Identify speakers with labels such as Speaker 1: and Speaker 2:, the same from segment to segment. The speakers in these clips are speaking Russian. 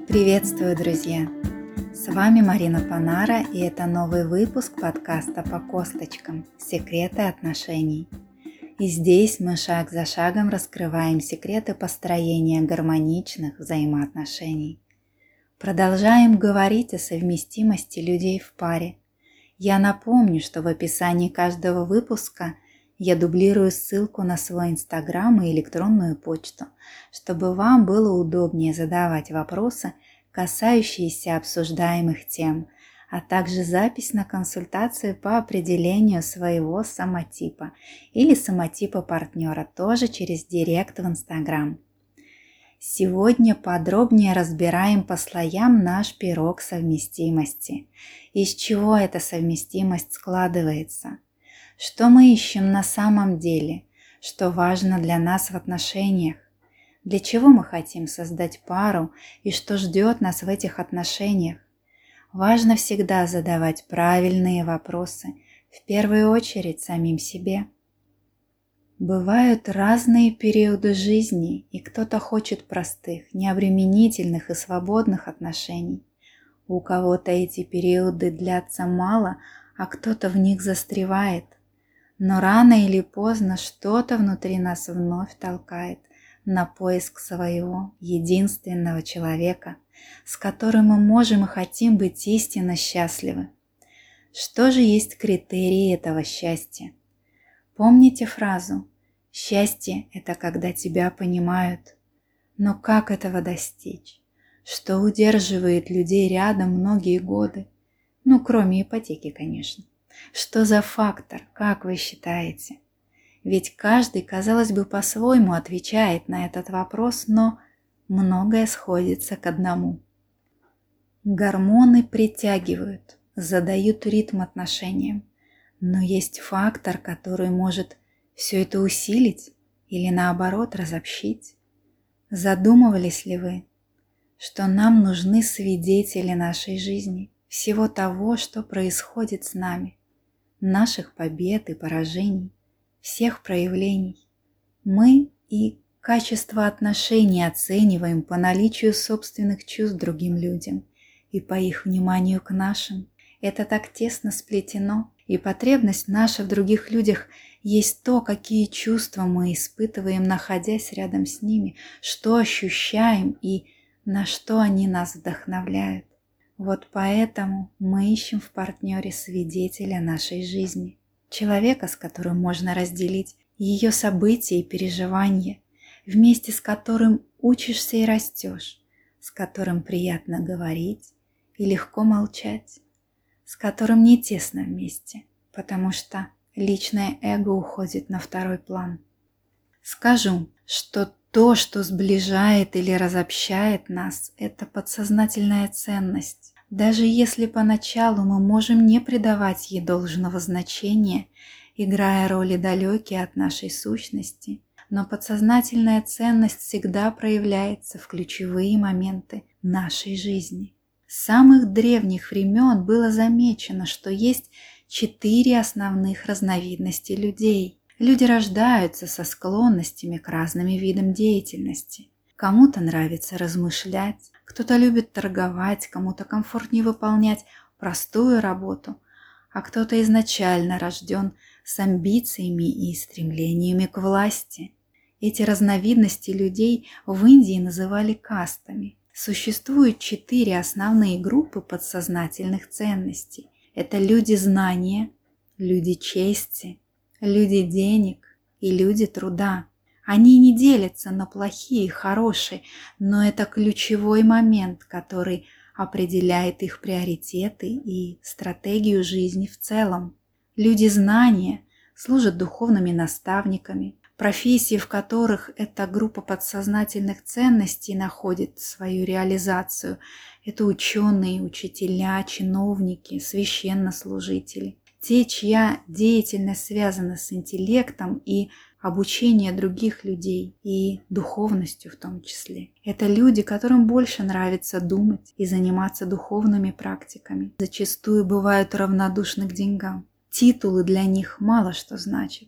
Speaker 1: Приветствую, друзья! С вами Марина Панара, и это новый выпуск подкаста «По косточкам. Секреты отношений». И здесь мы шаг за шагом раскрываем секреты построения гармоничных взаимоотношений. Продолжаем говорить о совместимости людей в паре. Я напомню, что в описании каждого выпуска я дублирую ссылку на свой Инстаграм и электронную почту, чтобы вам было удобнее задавать вопросы, касающиеся обсуждаемых тем, а также запись на консультацию по определению своего самотипа или самотипа партнера тоже через директ в Инстаграм. Сегодня подробнее разбираем по слоям наш пирог совместимости. Из чего эта совместимость складывается? Что мы ищем на самом деле? Что важно для нас в отношениях? Для чего мы хотим создать пару и что ждет нас в этих отношениях? Важно всегда задавать правильные вопросы, в первую очередь самим себе. Бывают разные периоды жизни, и кто-то хочет простых, необременительных и свободных отношений. У кого-то эти периоды длятся мало, а кто-то в них застревает. Но рано или поздно что-то внутри нас вновь толкает на поиск своего единственного человека, с которым мы можем и хотим быть истинно счастливы. Что же есть критерии этого счастья? Помните фразу «Счастье – это когда тебя понимают». Но как этого достичь? Что удерживает людей рядом многие годы? Кроме ипотеки, конечно. Что за фактор, как вы считаете? Ведь каждый, казалось бы, по-своему отвечает на этот вопрос, но многое сходится к одному. Гормоны притягивают, задают ритм отношениям, но есть фактор, который может все это усилить или наоборот разобщить. Задумывались ли вы, что нам нужны свидетели нашей жизни, всего того, что происходит с нами, наших побед и поражений, всех проявлений? Мы и качество отношений оцениваем по наличию собственных чувств другим людям и по их вниманию к нашим. Это так тесно сплетено, и потребность наша в других людях есть то, какие чувства мы испытываем, находясь рядом с ними, что ощущаем и на что они нас вдохновляют. Вот поэтому мы ищем в партнере свидетеля нашей жизни, человека, с которым можно разделить ее события и переживания, вместе с которым учишься и растешь, с которым приятно говорить и легко молчать, с которым не тесно вместе, потому что личное эго уходит на второй план. Скажу, что то, что сближает или разобщает нас, это подсознательная ценность. Даже если поначалу мы можем не придавать ей должного значения, играя роли далекие от нашей сущности, но подсознательная ценность всегда проявляется в ключевые моменты нашей жизни. С самых древних времен было замечено, что есть 4 основных разновидности людей. Люди рождаются со склонностями к разным видам деятельности. Кому-то нравится размышлять, кто-то любит торговать, кому-то комфортнее выполнять простую работу, а кто-то изначально рожден с амбициями и стремлениями к власти. Эти разновидности людей в Индии называли кастами. Существует 4 основные группы подсознательных ценностей. Это люди знания, люди чести, люди денег и люди труда. Они не делятся на плохие и хорошие, но это ключевой момент, который определяет их приоритеты и стратегию жизни в целом. Люди знания служат духовными наставниками, профессии, в которых эта группа подсознательных ценностей находит свою реализацию. Это ученые, учителя, чиновники, священнослужители. Те, чья деятельность связана с интеллектом и обучением других людей, и духовностью в том числе. Это люди, которым больше нравится думать и заниматься духовными практиками. Зачастую бывают равнодушны к деньгам. Титулы для них мало что значат.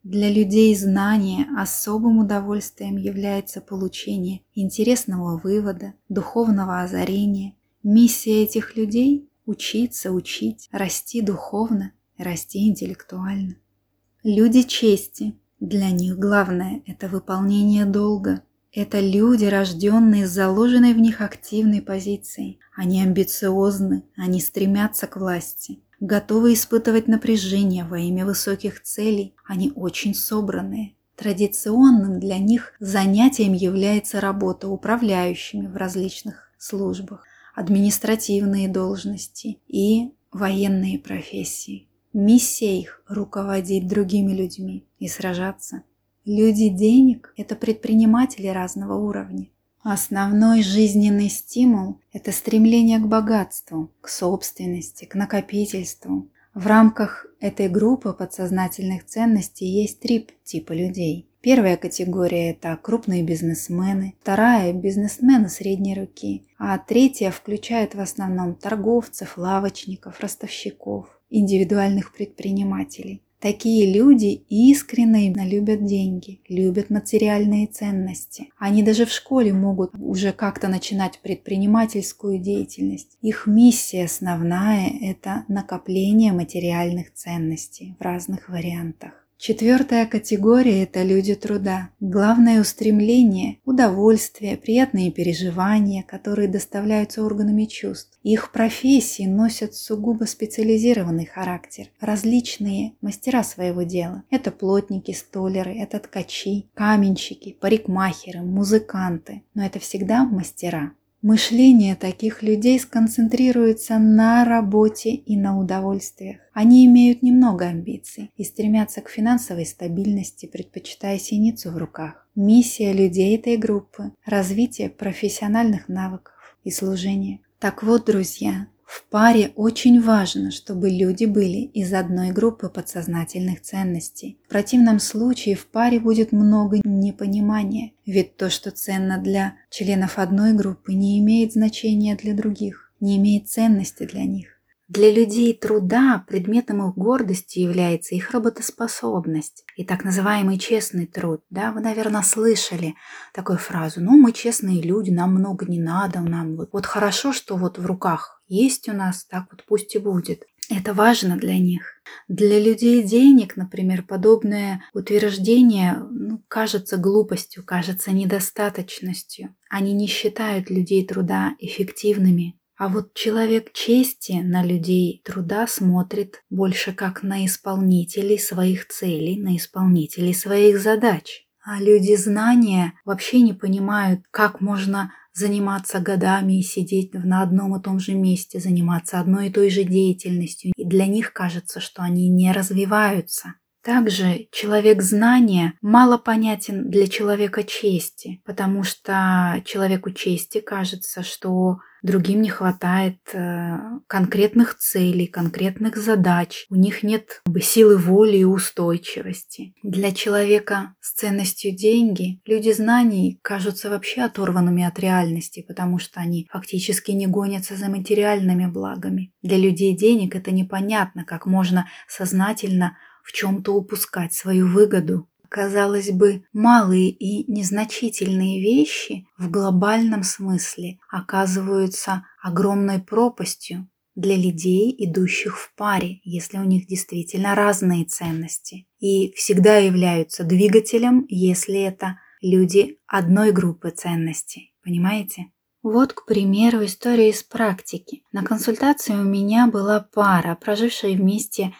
Speaker 1: Для людей знания особым удовольствием является получение интересного вывода, духовного озарения. Миссия этих людей – учиться, учить, расти духовно, расти интеллектуально. Люди чести. Для них главное – это выполнение долга. Это люди, рожденные с заложенной в них активной позицией. Они амбициозны, они стремятся к власти, готовы испытывать напряжение во имя высоких целей. Они очень собранные. Традиционным для них занятием является работа управляющими в различных службах, административные должности и военные профессии. Миссия их – руководить другими людьми и сражаться. Люди денег – это предприниматели разного уровня. Основной жизненный стимул – это стремление к богатству, к собственности, к накопительству. В рамках этой группы подсознательных ценностей есть три типа людей. Первая категория – это крупные бизнесмены, вторая – бизнесмены средней руки, а третья включает в основном торговцев, лавочников, ростовщиков, индивидуальных предпринимателей. Такие люди искренне любят деньги, любят материальные ценности. Они даже в школе могут уже как-то начинать предпринимательскую деятельность. Их миссия основная – это накопление материальных ценностей в разных вариантах. Четвертая категория – это люди труда. Главное устремление – удовольствие, приятные переживания, которые доставляются органами чувств. Их профессии носят сугубо специализированный характер. Различные мастера своего дела. Это плотники, столяры, это ткачи, каменщики, парикмахеры, музыканты. Но это всегда мастера. Мышление таких людей сконцентрируется на работе и на удовольствиях. Они имеют немного амбиций и стремятся к финансовой стабильности, предпочитая синицу в руках. Миссия людей этой группы – развитие профессиональных навыков и служение. Так вот, друзья, в паре очень важно, чтобы люди были из одной группы подсознательных ценностей. В противном случае в паре будет много непонимания, ведь то, что ценно для членов одной группы, не имеет значения для других, не имеет ценности для них. Для людей труда предметом их гордости является их работоспособность и так называемый честный труд. Да, вы, наверное, слышали такую фразу: «Ну, мы честные люди, нам много не надо, нам вот хорошо, что вот в руках есть у нас, так вот пусть и будет». Это важно для них. Для людей денег, например, подобное утверждение кажется глупостью, кажется недостаточностью. Они не считают людей труда эффективными. А вот человек чести на людей труда смотрит больше как на исполнителей своих целей, на исполнителей своих задач. А люди знания вообще не понимают, как можно заниматься годами и сидеть на одном и том же месте, заниматься одной и той же деятельностью. И для них кажется, что они не развиваются. Также человек знания мало понятен для человека чести, потому что человеку чести кажется, что другим не хватает конкретных целей, конкретных задач. У них нет силы воли и устойчивости. Для человека с ценностью деньги люди знаний кажутся вообще оторванными от реальности, потому что они фактически не гонятся за материальными благами. Для людей денег это непонятно, как можно сознательно в чем-то упускать свою выгоду. Казалось бы, малые и незначительные вещи в глобальном смысле оказываются огромной пропастью для людей, идущих в паре, если у них действительно разные ценности, и всегда являются двигателем, если это люди одной группы ценностей. Понимаете? Вот, к примеру, история из практики. На консультации у меня была пара, прожившая вместе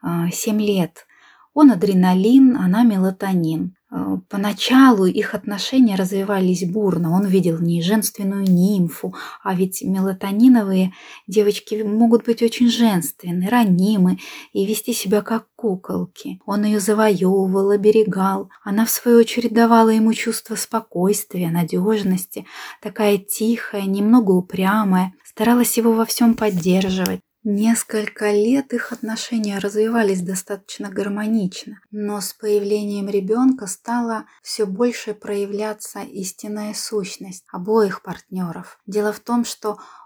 Speaker 1: 7 лет. Он адреналин, она мелатонин. Поначалу их отношения развивались бурно. Он видел в ней женственную нимфу, а ведь мелатониновые девочки могут быть очень женственны, ранимы и вести себя как куколки. Он ее завоевывал, оберегал. Она, в свою очередь, давала ему чувство спокойствия, надежности, такая тихая, немного упрямая, старалась его во всем поддерживать. Несколько лет их отношения развивались достаточно гармонично, но с появлением ребенка стала все больше проявляться истинная сущность обоих партнеров. Дело в том, что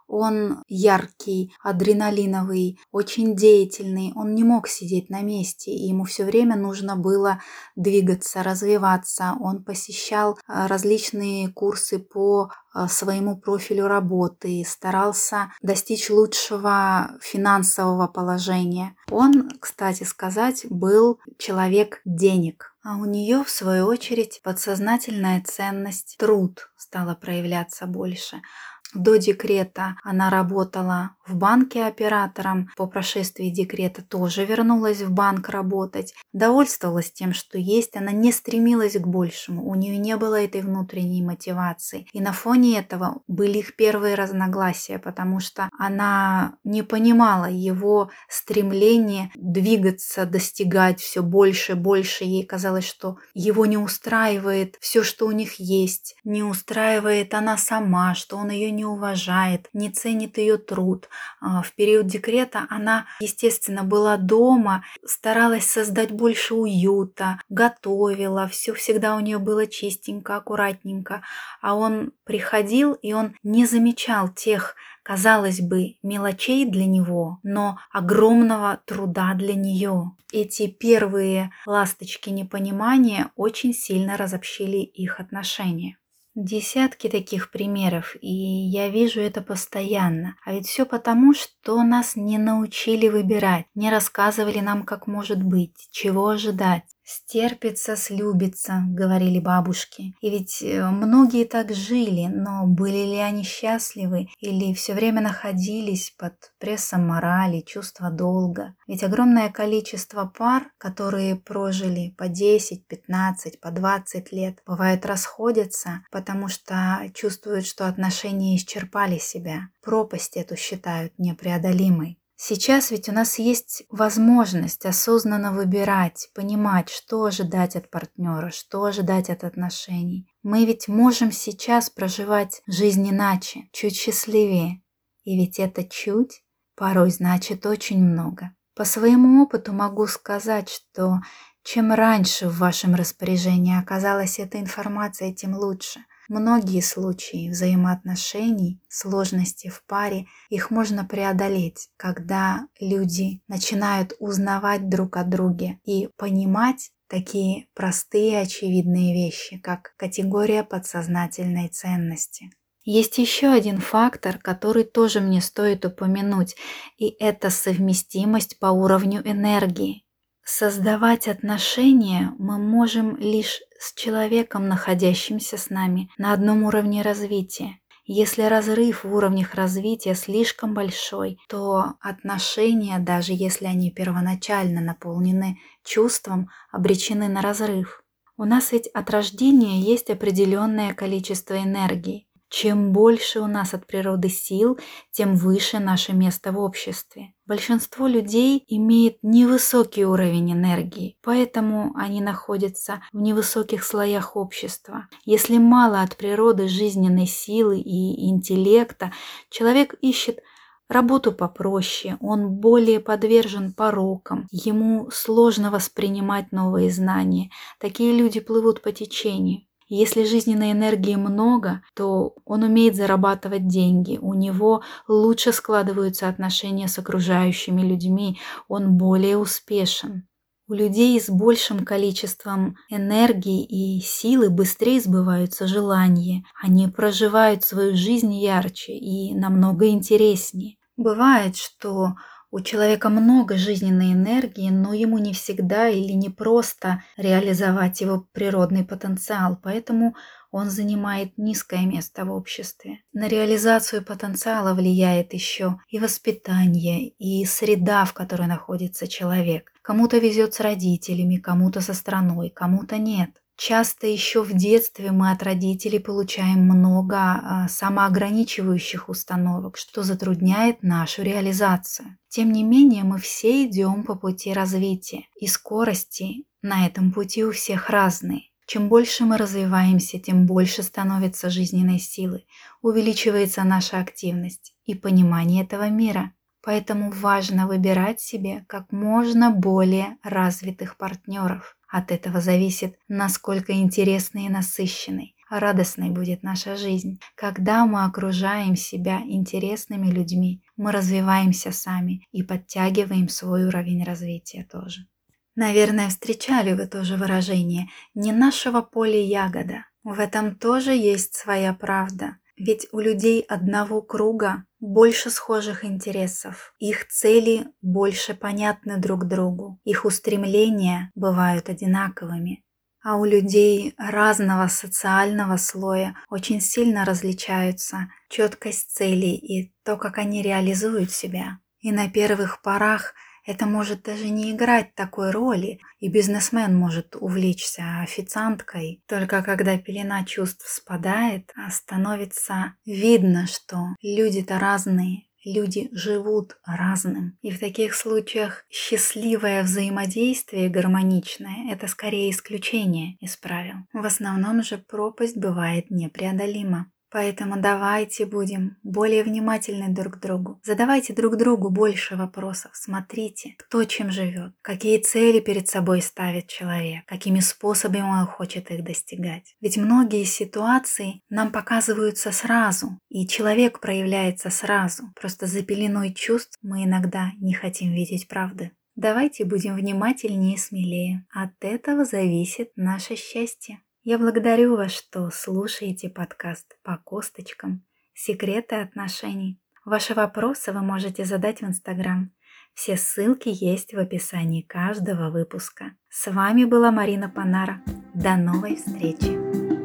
Speaker 1: Он яркий, адреналиновый, очень деятельный, он не мог сидеть на месте, и ему все время нужно было двигаться, развиваться. Он посещал различные курсы по своему профилю работы, старался достичь лучшего финансового положения. Он, кстати сказать, был человек денег. А у нее, в свою очередь, подсознательная ценность, труд стала проявляться больше. До декрета она работала в банке оператором, по прошествии декрета тоже вернулась в банк работать, довольствовалась тем, что есть, она не стремилась к большему, у нее не было этой внутренней мотивации. И на фоне этого были их первые разногласия, потому что она не понимала его стремление двигаться, достигать все больше, больше. Ей казалось, что его не устраивает все, что у них есть, не устраивает она сама, что он ее не уважает, не ценит ее труд. В период декрета она, естественно, была дома, старалась создать больше уюта, готовила, все всегда у нее было чистенько, аккуратненько. А он приходил, и он не замечал тех, казалось бы, мелочей для него, но огромного труда для нее. Эти первые ласточки непонимания очень сильно разобщили их отношения. Десятки таких примеров, и я вижу это постоянно. А ведь все потому, что нас не научили выбирать, не рассказывали нам, как может быть, чего ожидать. «Стерпится, слюбится», — говорили бабушки. И ведь многие так жили, но были ли они счастливы или все время находились под прессом морали, чувства долга? Ведь огромное количество пар, которые прожили по 10, 15, по 20 лет, бывает расходятся, потому что чувствуют, что отношения исчерпали себя. Пропасть эту считают непреодолимой. Сейчас ведь у нас есть возможность осознанно выбирать, понимать, что ожидать от партнера, что ожидать от отношений. Мы ведь можем сейчас проживать жизнь иначе, чуть счастливее. И ведь это чуть порой значит очень много. По своему опыту могу сказать, что чем раньше в вашем распоряжении оказалась эта информация, тем лучше. Многие случаи взаимоотношений, сложности в паре, их можно преодолеть, когда люди начинают узнавать друг о друге и понимать такие простые очевидные вещи, как категория подсознательной ценности. Есть еще один фактор, который тоже мне стоит упомянуть, и это совместимость по уровню энергии. Создавать отношения мы можем лишь с человеком, находящимся с нами на одном уровне развития. Если разрыв в уровнях развития слишком большой, то отношения, даже если они первоначально наполнены чувством, обречены на разрыв. У нас ведь от рождения есть определенное количество энергии. Чем больше у нас от природы сил, тем выше наше место в обществе. Большинство людей имеет невысокий уровень энергии, поэтому они находятся в невысоких слоях общества. Если мало от природы жизненной силы и интеллекта, человек ищет работу попроще, он более подвержен порокам, ему сложно воспринимать новые знания. Такие люди плывут по течению. Если жизненной энергии много, то он умеет зарабатывать деньги, у него лучше складываются отношения с окружающими людьми, он более успешен. У людей с большим количеством энергии и силы быстрее сбываются желания, они проживают свою жизнь ярче и намного интереснее. Бывает, что у человека много жизненной энергии, но ему не всегда или не просто реализовать его природный потенциал, поэтому он занимает низкое место в обществе. На реализацию потенциала влияет еще и воспитание, и среда, в которой находится человек. Кому-то везет с родителями, кому-то со страной, кому-то нет. Часто еще в детстве мы от родителей получаем много самоограничивающих установок, что затрудняет нашу реализацию. Тем не менее, мы все идем по пути развития, и скорости на этом пути у всех разные. Чем больше мы развиваемся, тем больше становится жизненной силы, увеличивается наша активность и понимание этого мира. Поэтому важно выбирать себе как можно более развитых партнеров. От этого зависит, насколько интересный и насыщенной, радостной будет наша жизнь. Когда мы окружаем себя интересными людьми, мы развиваемся сами и подтягиваем свой уровень развития тоже. Наверное, встречали вы тоже выражение «не нашего поля ягода». В этом тоже есть своя правда. Ведь у людей одного круга больше схожих интересов, их цели больше понятны друг другу, их устремления бывают одинаковыми. А у людей разного социального слоя очень сильно различаются четкость целей и то, как они реализуют себя. И на первых порах это может даже не играть такой роли, и бизнесмен может увлечься официанткой. Только когда пелена чувств спадает, становится видно, что люди-то разные, люди живут разным. И в таких случаях счастливое взаимодействие гармоничное – это скорее исключение из правил. В основном же пропасть бывает непреодолима. Поэтому давайте будем более внимательны друг к другу. Задавайте друг другу больше вопросов. Смотрите, кто чем живет, какие цели перед собой ставит человек, какими способами он хочет их достигать. Ведь многие ситуации нам показываются сразу, и человек проявляется сразу. Просто за пеленой чувств мы иногда не хотим видеть правды. Давайте будем внимательнее и смелее. От этого зависит наше счастье. Я благодарю вас, что слушаете подкаст «По косточкам. Секреты отношений». Ваши вопросы вы можете задать в Инстаграм. Все ссылки есть в описании каждого выпуска. С вами была Марина Панара. До новой встречи!